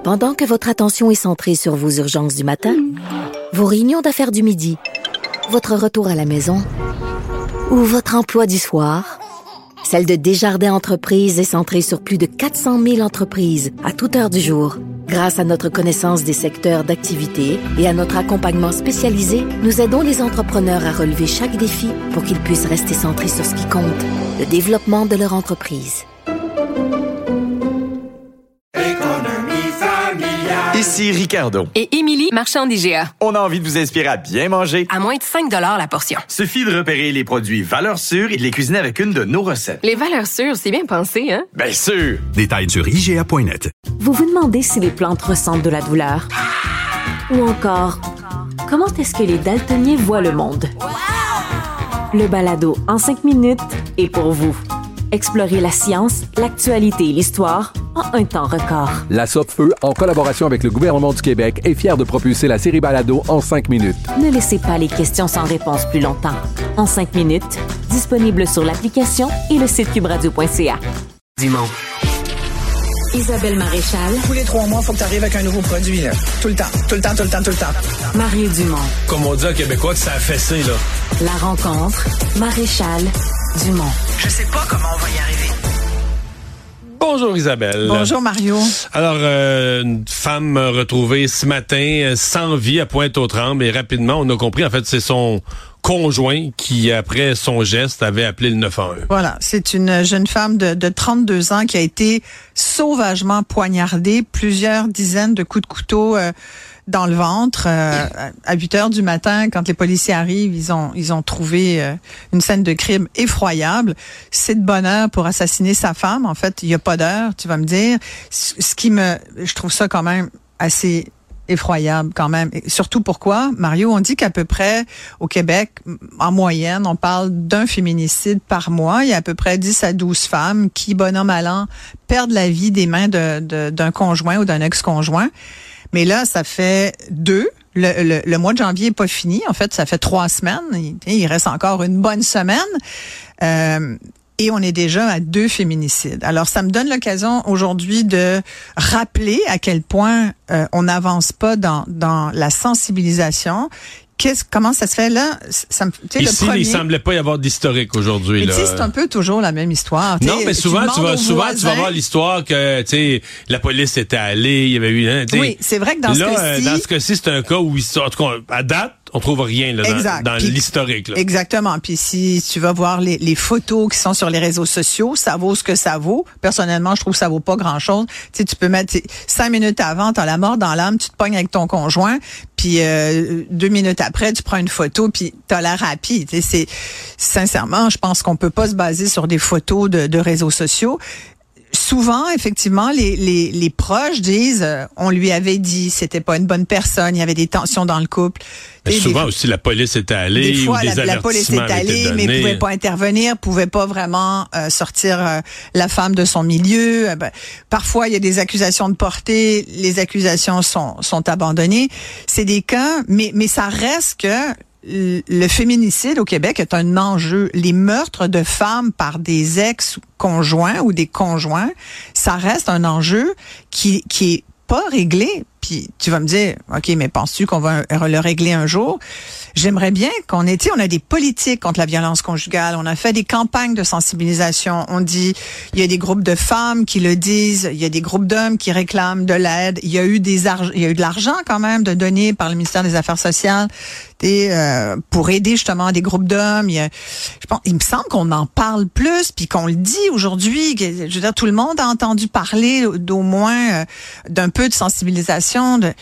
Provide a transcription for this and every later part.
Pendant que votre attention est centrée sur vos urgences du matin, vos réunions d'affaires du midi, votre retour à la maison ou votre emploi du soir, celle de Desjardins Entreprises est centrée sur plus de 400 000 entreprises à toute heure du jour. Grâce à notre connaissance des secteurs d'activité et à notre accompagnement spécialisé, nous aidons les entrepreneurs à relever chaque défi pour qu'ils puissent rester centrés sur ce qui compte, le développement de leur entreprise. Ici Ricardo. Et Émilie, marchand d'IGA. On a envie de vous inspirer à bien manger. À moins de 5 $ la portion. Suffit de repérer les produits valeurs sûres et de les cuisiner avec une de nos recettes. Les valeurs sûres, c'est bien pensé, hein? Bien sûr! Détails sur IGA.net. Vous vous demandez si les plantes ressentent de la douleur? Ou encore, comment est-ce que les daltoniens voient le monde? Le balado en 5 minutes est pour vous. Explorez la science, l'actualité et l'histoire en un temps record. La Sopfeu, en collaboration avec le gouvernement du Québec, est fière de propulser la série Balado en 5 minutes. Ne laissez pas les questions sans réponse plus longtemps. En 5 minutes, disponible sur l'application et le site cubradio.ca. Dumont. Isabelle Maréchal. Tous les 3 mois, il faut que tu arrives avec un nouveau produit. Là. Tout le temps. Mario Dumont. Comme on dit en québécois que ça a fessé, là. La rencontre, Maréchal Dumont. Je sais pas comment on va y arriver. Bonjour Isabelle. Bonjour Mario. Alors, une femme retrouvée ce matin sans vie à Pointe-aux-Trembles et rapidement, on a compris, en fait, c'est son conjoint qui, après son geste, avait appelé le 911. Voilà, c'est une jeune femme de 32 ans qui a été sauvagement poignardée, plusieurs dizaines de coups de couteau dans le ventre. À 8 heures du matin, quand les policiers arrivent, ils ont trouvé une scène de crime effroyable. C'est de bonne heure pour assassiner sa femme. En fait, il y a pas d'heure, tu vas me dire. Je trouve ça quand même assez effroyable quand même. Et surtout pourquoi, Mario, on dit qu'à peu près au Québec, en moyenne, on parle d'un féminicide par mois. Il y a à peu près 10 à 12 femmes qui, bon an, mal an, perdent la vie des mains d'un conjoint ou d'un ex-conjoint. Mais là, ça fait 2. Le mois de janvier est pas fini. En fait, ça fait 3 semaines. Il reste encore une bonne semaine. Et on est déjà à 2 féminicides. Alors, ça me donne l'occasion aujourd'hui de rappeler à quel point on n'avance pas dans la sensibilisation. Comment ça se fait là? Ici, il semblait pas y avoir d'historique aujourd'hui. Mais tu sais, c'est un peu toujours la même histoire. Non, mais souvent, tu vas voir l'histoire que, tu sais, la police était allée, il y avait eu... Hein, oui, c'est vrai que dans ce cas-ci... Dans ce cas-ci, c'est un cas où, en tout cas, à date, on trouve rien là, dans l'historique. Là. Exactement. Puis si tu vas voir les photos qui sont sur les réseaux sociaux, ça vaut ce que ça vaut. Personnellement, je trouve que ça vaut pas grand-chose. Tu sais, tu peux mettre 5 minutes avant, t'as la mort dans l'âme, tu te pognes avec ton conjoint, puis 2 minutes après, tu prends une photo, puis t'as l'air rapide. Tu sais, sincèrement, je pense qu'on peut pas se baser sur des photos de réseaux sociaux. Souvent, effectivement, les proches disent, on lui avait dit, c'était pas une bonne personne, il y avait des tensions dans le couple. Mais souvent aussi, la police était allée. Des fois, ou des la police est allée, mais pouvait pas intervenir, pouvait pas vraiment sortir la femme de son milieu. Parfois, il y a des accusations de portée, les accusations sont abandonnées. C'est des cas, mais ça reste que le féminicide au Québec est un enjeu. Les meurtres de femmes par des ex-conjoints ou des conjoints, ça reste un enjeu qui est pas réglé. Puis tu vas me dire, OK, mais penses-tu qu'on va le régler un jour? J'aimerais bien on a des politiques contre la violence conjugale, on a fait des campagnes de sensibilisation, on dit, il y a des groupes de femmes qui le disent, il y a des groupes d'hommes qui réclament de l'aide, il y a eu de l'argent quand même de donner par le ministère des Affaires sociales pour aider justement des groupes d'hommes. Il me semble qu'on en parle plus, puis qu'on le dit aujourd'hui. Je veux dire, tout le monde a entendu parler d'au moins d'un peu de sensibilisation.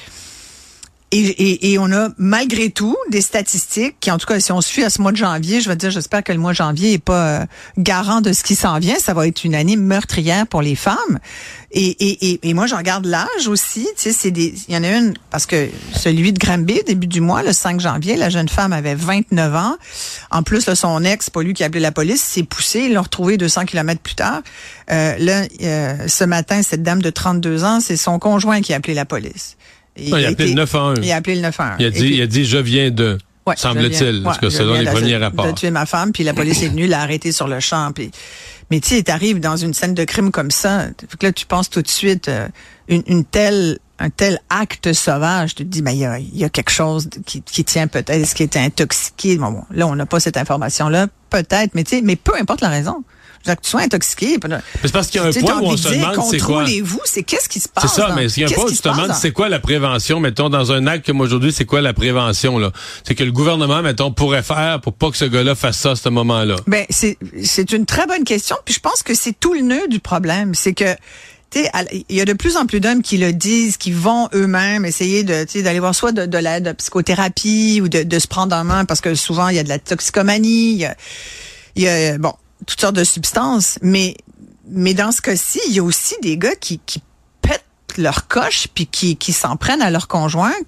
Et on a malgré tout des statistiques qui, en tout cas, si on se fie à ce mois de janvier, je veux dire, j'espère que le mois de janvier est pas garant de ce qui s'en vient. Ça va être une année meurtrière pour les femmes. Et moi, je regarde l'âge aussi. Tu sais, il y en a une, parce que celui de Granby, début du mois, le 5 janvier, la jeune femme avait 29 ans. En plus, là, son ex, pas lui qui a appelé la police, s'est poussé. Ils l'ont retrouvé 200 kilomètres plus tard. Ce matin, cette dame de 32 ans, c'est son conjoint qui a appelé la police. Il a appelé le 911. Il a appelé le 911. Il a dit, je viens de... Ouais, semble-t-il, parce que selon les premiers rapports. De tuer ma femme, puis la police est venue l'a arrêté sur le champ. Mais tu sais, t'arrives dans une scène de crime comme ça, là tu penses tout de suite une telle un tel acte sauvage, tu te dis, ben, il y a quelque chose qui tient peut-être, est-ce qu'il était intoxiqué? Bon, là, on n'a pas cette information-là, peut-être, mais tu sais, mais peu importe la raison. Que tu sois intoxiqué. C'est parce qu'il y a un point où on se demande c'est quoi. Contrôlez-vous, c'est qu'est-ce qui se passe? C'est ça, mais il y a un point où tu te demandes c'est quoi la prévention, mettons, dans un acte comme aujourd'hui, c'est quoi la prévention, là? C'est que le gouvernement, mettons, pourrait faire pour pas que ce gars-là fasse ça à ce moment-là. Ben, c'est une très bonne question, puis je pense que c'est tout le nœud du problème. C'est que, il y a de plus en plus d'hommes qui le disent, qui vont eux-mêmes essayer d'aller voir soit de l'aide de psychothérapie ou de se prendre en main parce que souvent il y a de la toxicomanie, il y a bon, toutes sortes de substances, mais dans ce cas-ci, il y a aussi des gars qui pètent leur coche puis qui s'en prennent à leur conjointe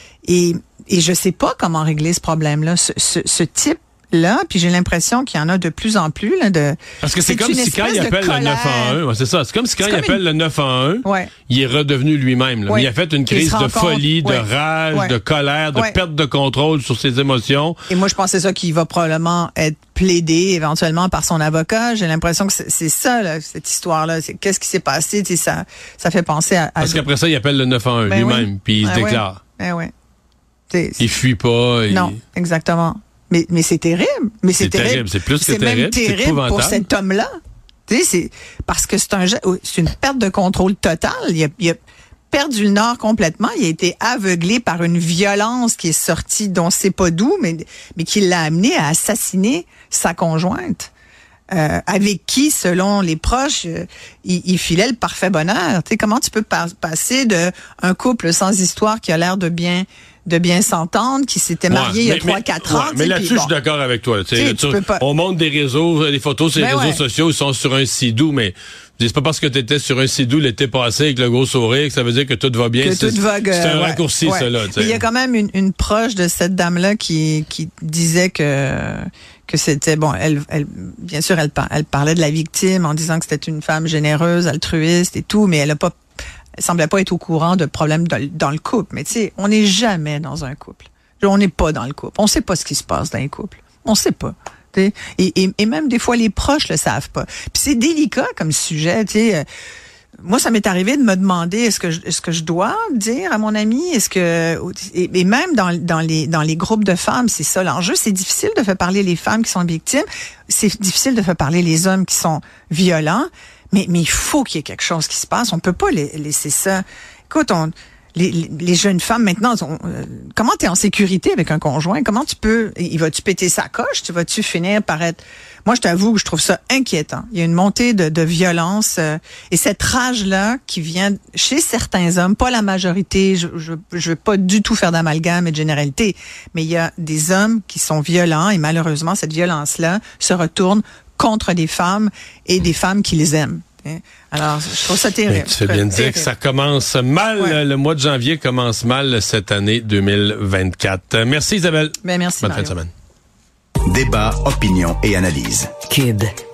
et je sais pas comment régler ce problème-là, ce type là, puis j'ai l'impression qu'il y en a de plus en plus là parce que c'est comme si quand il appelle le 911, ouais, c'est ça, c'est comme si quand il appelle le 911, ouais, il est redevenu lui-même là. Ouais. Il a fait une crise de folie, de rage, ouais, de colère, de perte de contrôle sur ses émotions. Et moi je pense que c'est ça qui va probablement être plaidé éventuellement par son avocat. J'ai l'impression que c'est ça là, cette histoire là, c'est qu'est-ce qui s'est passé, tu sais, ça fait penser à parce qu'après ça il appelle le 911 lui-même, puis il se déclare. Ouais. Il fuit pas, non, exactement. Mais c'est terrible. Mais c'est terrible. C'est plus que terrible. C'est même terrible pour cet homme-là. Tu sais, c'est parce que c'est une perte de contrôle totale. Il a perdu le nord complètement. Il a été aveuglé par une violence qui est sortie dont c'est pas d'où, mais qui l'a amené à assassiner sa conjointe. Avec qui, selon les proches, il filait le parfait bonheur. Tu sais, comment tu peux passer d'un couple sans histoire qui a l'air de bien s'entendre, qui s'était marié il y a 3-4 ans. Mais là-dessus, je suis d'accord avec toi. On montre des photos sur les réseaux sociaux, ils sont sur un sidou, mais c'est pas parce que tu étais sur un sidou l'été passé avec le gros sourire que ça veut dire que tout va bien. C'est un raccourci, ça, là. Il y a quand même une proche de cette dame-là qui disait que c'était bon, elle bien sûr elle parlait de la victime en disant que c'était une femme généreuse, altruiste et tout, mais elle semblait pas être au courant de problèmes dans le couple. Mais tu sais, on n'est jamais dans un couple. On n'est pas dans le couple. On sait pas ce qui se passe dans les couples. On sait pas. Et même des fois les proches le savent pas. Puis c'est délicat comme sujet, tu sais. Moi, ça m'est arrivé de me demander est-ce que je dois dire à mon ami, et même dans les groupes de femmes, c'est ça l'enjeu. C'est difficile de faire parler les femmes qui sont victimes. C'est difficile de faire parler les hommes qui sont violents. Mais il faut qu'il y ait quelque chose qui se passe. On peut pas laisser ça. Écoute, les jeunes femmes maintenant, comment t'es en sécurité avec un conjoint? Comment vas-tu péter sa coche? Vas-tu finir par être... Moi, je t'avoue que je trouve ça inquiétant. Il y a une montée de violence et cette rage-là qui vient chez certains hommes, pas la majorité. Je veux pas du tout faire d'amalgame et de généralité, mais il y a des hommes qui sont violents et malheureusement, cette violence-là se retourne contre des femmes et des femmes qui les aiment. Alors, je trouve ça terrible. Tu fais bien de dire que ça commence mal. Ouais. Le mois de janvier commence mal cette année 2024. Merci Isabelle. Merci. Bonne fin de semaine. Débat, opinion et analyse. Cube.